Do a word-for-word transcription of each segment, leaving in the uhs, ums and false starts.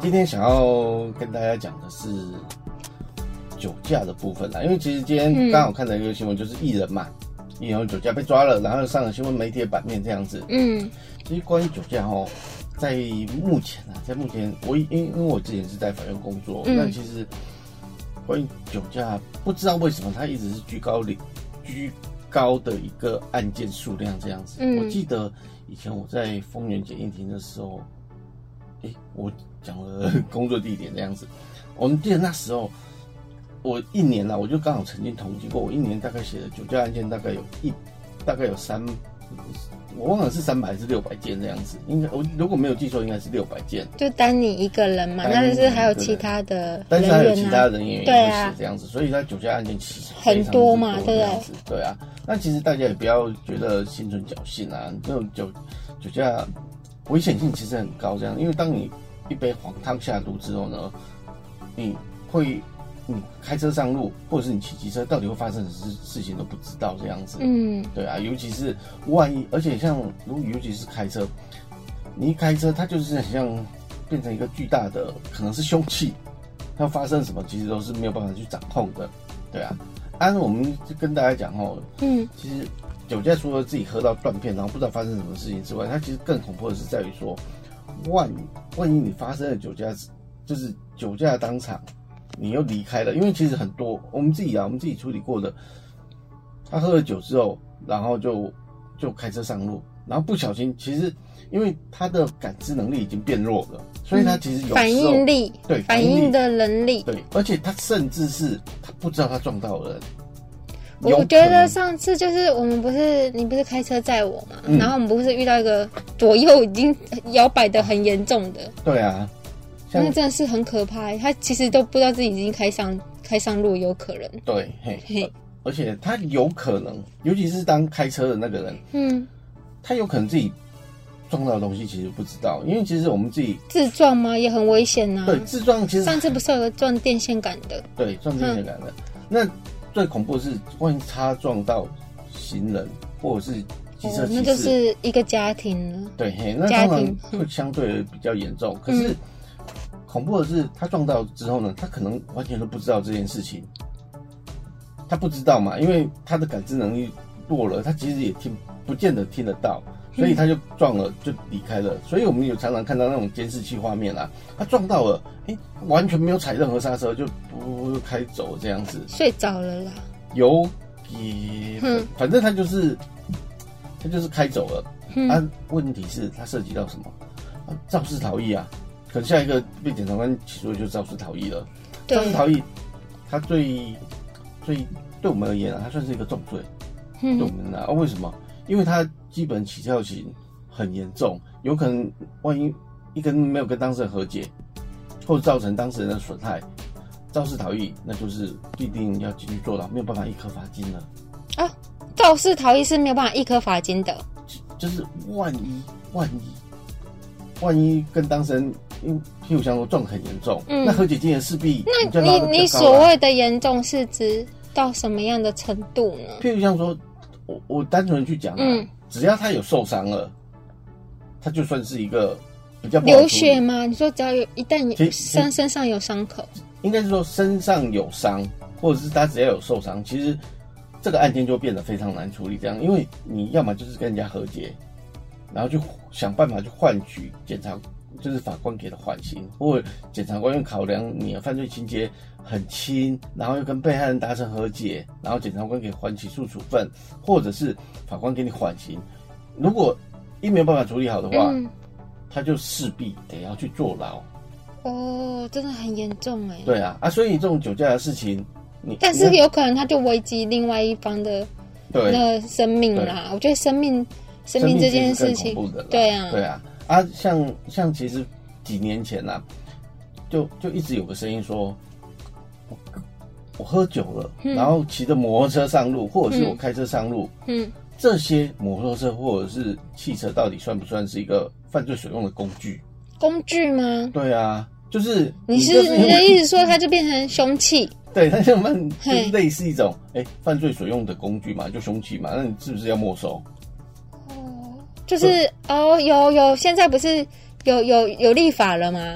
今天想要跟大家讲的是酒驾的部分啦，因为其实今天刚好看到一个新闻，就是艺人嘛，艺人酒驾被抓了，然后上了新闻媒体的版面这样子。嗯，其实关于酒驾哦，在目前啊，在目前我因因为我之前是在法院工作，嗯、那其实关于酒驾，不知道为什么它一直是居高领居高的一个案件数量这样子。嗯、我记得以前我在丰原检验庭的时候，哎、欸，我讲了工作地点这样子，我们记得那时候。我一年啦，我就刚好曾经统计过，我一年大概写的酒驾案件大概有一，大概有三，我忘了是三百还是六百件这样子，应该我如果没有记错，应该是六百件。 就单你一个人嘛，那就是还有其他的人员、啊， 但是还有其他人员也会写这样子，啊、所以他酒驾案件其实很多嘛，对不对？ 对啊，那其实大家也不要觉得心存侥幸啊，这种酒酒驾危险性其实很高，这样，因为当你一杯黄汤下肚之后呢，你会。你开车上路，或者是你骑机车，到底会发生什么事情都不知道这样子。嗯，对啊，尤其是万一，而且像如果尤其是开车，你一开车，它就是很像变成一个巨大的，可能是凶器，它发生什么其实都是没有办法去掌控的。对啊，按、啊、我们就跟大家讲哦，嗯，其实酒驾除了自己喝到断片，然后不知道发生什么事情之外，它其实更恐怖的是在于说，万万一你发生了酒驾，就是酒驾当场。你又离开了，因为其实很多我们自己啊，我们自己处理过的，他喝了酒之后，然后就就开车上路，然后不小心，其实因为他的感知能力已经变弱了，所以他其实有时候、嗯、 反应力， 对反应的能力， 对，而且他甚至是他不知道他撞到人。 我觉得上次就是我们不是你不是开车载我嘛、嗯，然后我们不是遇到一个左右已经摇摆的很严重的， 对啊。 那真的是很可怕，他其实都不知道自己已经开上开上路，有可能。 对，嘿，嘿而且他有可能，尤其是当开车的那个人，嗯，他有可能自己撞到的东西其实不知道，因为其实我们自己自撞吗也很危险啊。 对，自撞其实上次不是有个撞电线杆的？ 对，撞电线杆的、嗯。那最恐怖的是，万一他撞到行人或者是机车骑士、哦， 那就是一个家庭了。 对，嘿，那当然会相对比较严重，嗯、可是。恐怖的是，他撞到之后呢，他可能完全都不知道这件事情。他不知道嘛，因为他的感知能力弱了，他其实也听不见得听得到，所以他就撞了，就离开了。所以我们有常常看到那种监视器画面啊，他撞到了，哎、欸，完全没有踩任何刹车，就不开走这样子， 睡着了啦。 有也，反正他就是他就是开走了。嗯、啊，问题是他涉及到什么？啊，肇事逃逸啊。可能下一个被检察官起诉的就是肇事逃逸了。肇事逃逸，它最最对我们而言啊，它算是一个重罪。嗯、对我们啊，为什么？因为它基本起跳刑很严重，有可能万一一跟没有跟当事人和解，或者造成当事人的损害，肇事逃逸，那就是必定要进去坐牢，没有办法一颗罚金了。 啊，肇事逃逸是没有办法一颗罚金的。 就是万一万一万一跟当事人。因为譬如像说撞得很严重、嗯，那和解金额势必那你你所谓的严重是指到什么样的程度呢？ 譬如像说，我我单纯去讲啊、嗯，只要他有受伤了，他就算是一个比较不好流血吗？你说只要有一旦有身身上有伤口， 应该是说身上有伤，或者是他只要有受伤，其实这个案件就变得非常难处理。这样，因为你要么就是跟人家和解，然后就想办法去换取检察。就是法官给的缓刑，或者检察官又考量你的犯罪情节很轻，然后又跟被害人达成和解，然后检察官给缓起诉处分，或者是法官给你缓刑。如果一没有办法处理好的话，嗯、他就势必得要去坐牢。 哦，真的很严重哎。 对啊，啊，所以这种酒驾的事情，你但是有可能他就危及另外一方的那生命啦。我觉得生命生命这件事情，对啊， 对啊。啊，像像其实几年前啊，就就一直有个声音说，我我喝酒了，嗯、然后骑着摩托车上路，或者是我开车上路，嗯，这些摩托车或者是汽车到底算不算是一一个犯罪所用的工具？ 工具吗？ 对啊，就是你是你的意思说它就变成凶器？ 对，它就慢就类似一种哎、欸、犯罪所用的工具嘛，就凶器嘛，那你是不是要没收？ 哦，就是哦，有有，现在不是有有有立法了吗？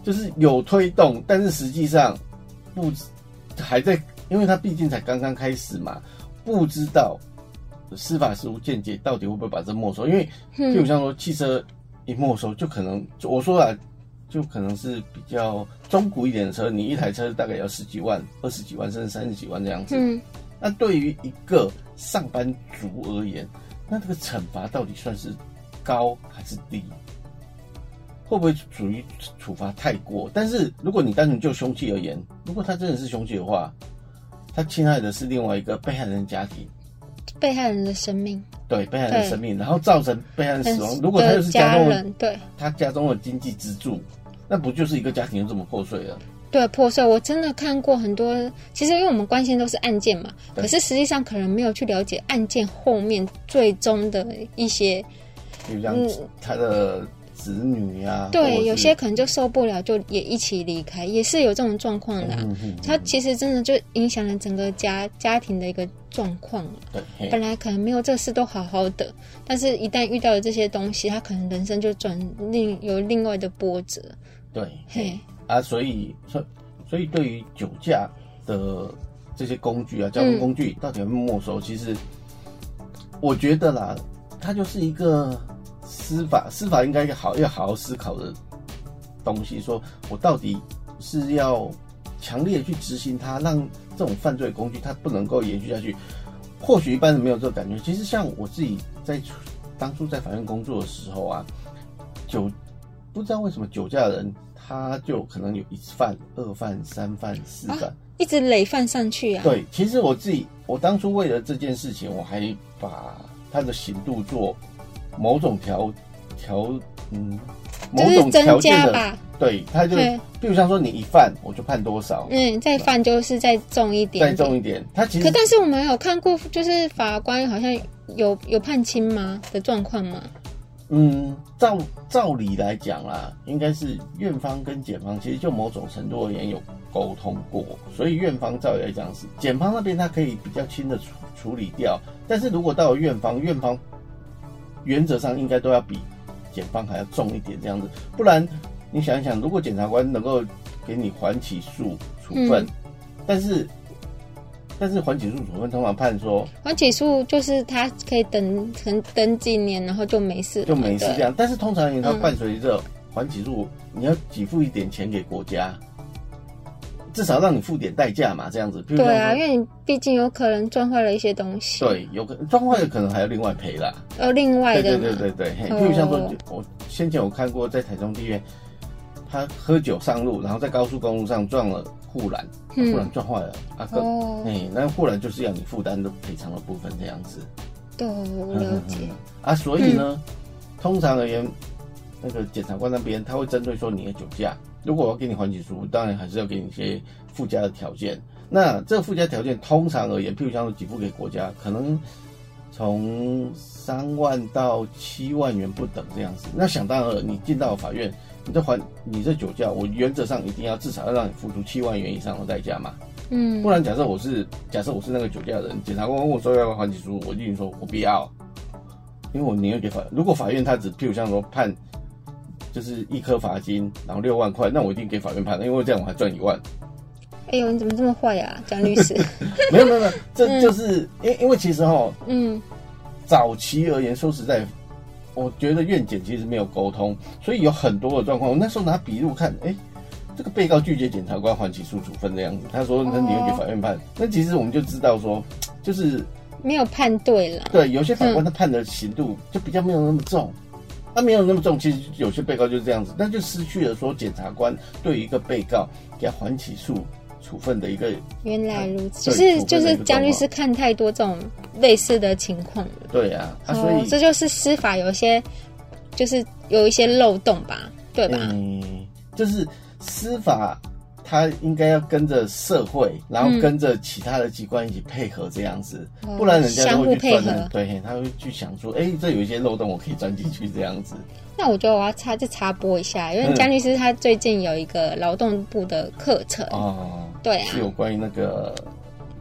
就是有推动，但是实际上不还在，因为他毕竟才刚刚开始嘛，不知道司法实务见解到底会不会把这没收。因为譬如像说汽车一没收，就可能我说啊，就可能是比较中古一点的车，你一台车大概要十几万、二十几万甚至三十几万这样子。嗯，那对于一个上班族而言，那这个惩罚到底算是高还是低？会不会属于处罚太过？但是如果你单纯就凶器而言，如果他真的是凶器的话，他侵害的是另外一个被害人家庭， 被害人的生命， 对被害人的生命，然后造成被害人死亡。如果他又是家中的， 对他家中的经济支柱，那不就是一个家庭就这么破碎了？ 对，破碎。我真的看过很多，其实因为我们关心都是案件嘛，可是实际上可能没有去了解案件后面最终的一些， 比如像他的子女啊， 对，有些可能就受不了，就也一起离开，也是有这种状况的、啊。 嗯嗯嗯、 它其实真的就影响了整个家家庭的一个状况。 对， 本来可能没有这事都好好的，但是一旦遇到了这些东西，他可能人生就转另有另外的波折。 对， 嘿啊，所以所所以对于酒驾的这些工具啊，交通工具到底有没有没收？嗯、其实我觉得啦，它就是一个。司法司法应该好要好好思考的东西，说我到底是要强烈去执行它，让这种犯罪工具它不能够延续下去。或许一般人没有这个感觉，其实像我自己在当初在法院工作的时候啊，酒不知道为什么酒驾的人他就可能有一犯、二犯、三犯、四犯、啊， 一直累犯上去啊。 对，其实我自己我当初为了这件事情，我还把他的刑度做。某种条条嗯，某种条件的吧，对，他就，比如像说你一犯，我就判多少， 嗯，再犯就是再重一点， 再重一点。他其实， 可但是我们有看过，就是法官好像有有判轻吗的状况吗？ 嗯，照照理来讲啦，应该是院方跟检方其实就某种程度而言有沟通过，所以院方照理来讲是检方那边他可以比较轻的处处理掉，但是如果到了院方，院方。原则上应该都要比检方还要重一点这样子，不然你想一想，如果检察官能够给你缓起诉处分，嗯、但是但是缓起诉处分通常判说缓起诉就是他可以等等等几年，然后就没事就没事这样，但是通常它伴随着缓起诉，你要给付一点钱给国家。至少让你付点代价嘛，这样子。 对啊，因为你毕竟有可能撞坏了一些东西。 对，有可能撞坏了，可能还要另外赔啦。 呃，另外的。 对对对对对，譬如像说，我先前我看过在台中地院，他喝酒上路，然后在高速公路上撞了护栏，护栏撞坏了啊，哦，哎，那护栏就是要你负担的赔偿的部分这样子。 对，我了解。 嗯、啊，所以呢，嗯、通常而言，那个检察官那边他会针对说你的酒驾。如果我要给你缓起诉，当然还是要给你一些附加的条件。那这个附加条件，通常而言，譬如像说给付给国家，可能从三万到七万元不等这样子。那想当然，你进到法院，你这还你这酒驾，我原则上一定要至少要让你付出七万元以上的代价嘛。嗯，不然假设我是假设我是那个酒驾的人，检察官问我说要不要缓起诉，我一定说我不要，因为我宁愿给法院。如果法院他只譬如像说判。就是一颗罚金，然后六万块，那我一定给法院判，因为这样我还赚一万。 哎呦，你怎么这么坏啊，蒋律师？ 没有没有没有，这就是因、嗯、因为其实哈，嗯，早期而言，说实在，我觉得院检其实没有沟通，所以有很多的状况。我那时候拿笔录看，哎、欸，这个被告拒绝检察官缓起诉处分的样子，他说他宁愿给法院判，哦、那其实我们就知道说，就是没有判对了。 对，有些法官他判的刑度就比较没有那么重。他没有那么重，其实有些被告就是这样子，那就失去了说检察官对于一个被告给他缓起诉处分的一个。 原来如此，就是就是蒋律师看太多这种类似的情况了。 对啊，啊所以、 哦、这就是司法有一些就是有一些漏洞吧，对吧？ 嗯，就是司法。他应该要跟着社会，然后跟着其他的机关一起配合这样子，嗯、不然人家都会去钻。对，他会去想说，哎、欸，这有一些漏洞，我可以钻进去这样子。 那我觉得我要插就插播一下，因为蒋律师他最近有一个劳动部的课程哦，对啊， 是有关于那个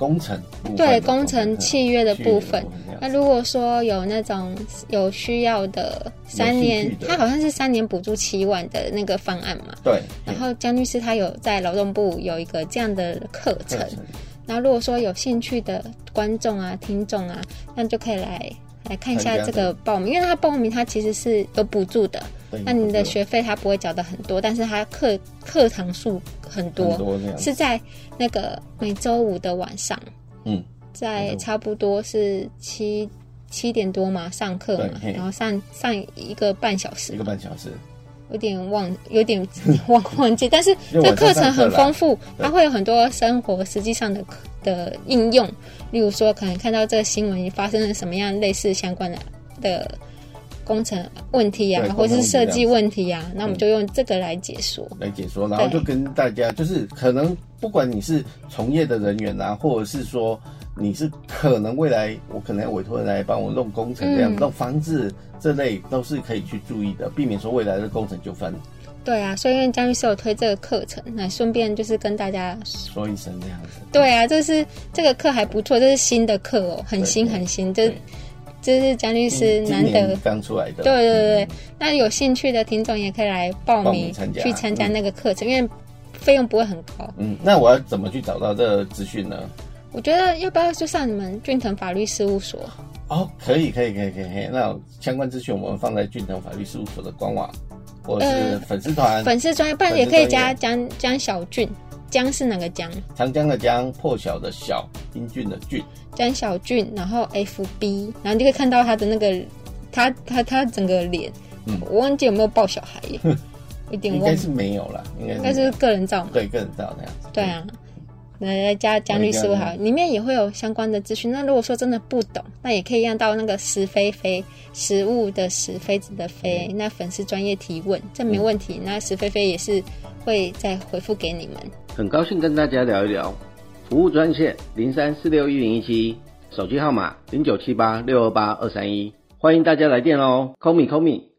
工程部分， 对工程契约的部分。那如果说有那种有需要的三年，他好像是三年补助七万的那个方案嘛。 对。 然后江律师他有在劳动部有一个这样的课程，然后如果说有兴趣的观众啊、听众啊，那就可以来来看一下这个报名，因为他报名他其实是有补助的。那你的学费他不会缴的很多，但是他课课堂数很多，很多是在那个每周五的晚上，嗯，在差不多是七七点多嘛上课嘛，然后上上一个半小时， 一个半小时， 有点忘有点忘忘记，但是这课程很丰富，它会有很多生活实际上的的应用，例如说可能看到这个新闻发生了什么样类似相关的的工程问题啊，或是设计问题啊，那我们就用这个来解说， 来解说，然后就跟大家，就是可能不管你是从业的人员啊，或者是说你是可能未来我可能要委托人来帮我弄工程这样、嗯、弄房子这类，都是可以去注意的，避免说未来的工程纠纷。 对啊，所以因为江律师有推这个课程，那顺便就是跟大家说一声这样子。 对啊，这是这个课还不错，这是新的课哦，很新很新，这这是江律师难得刚出来的。 对对对、嗯、那有兴趣的听众也可以来报名参加去参加那个课程、嗯，因为费用不会很高。 嗯，那我要怎么去找到这个资讯呢？ 我觉得要不要就上你们俊腾法律事务所？ 哦，可以可以可以可以，那相关资讯我们放在俊腾法律事务所的官网或者是粉丝团、呃、 粉丝专页，不然也可以加江江小俊。江是哪个江？ 长江的江，破晓的晓，英俊的俊。 江小俊，然后 F B， 然后你就可以看到他的那个他他他整个脸、嗯，我忘记有没有抱小孩耶，有点忘， 应该是没有啦，应该是应该是个人照嘛， 对，个人照那样子。 对啊，来加江律师好，里面也会有相关的资讯。那如果说真的不懂，那也可以让到那个石飞飞食物的石飞子的飞、嗯，那粉丝专业提问，这没问题。嗯、那石飞飞也是会再回复给你们。 很高兴跟大家聊一聊，服务专线零三四六一零一七，手机号码零九七八六二八二三一，欢迎大家来电哦 ，call me call me。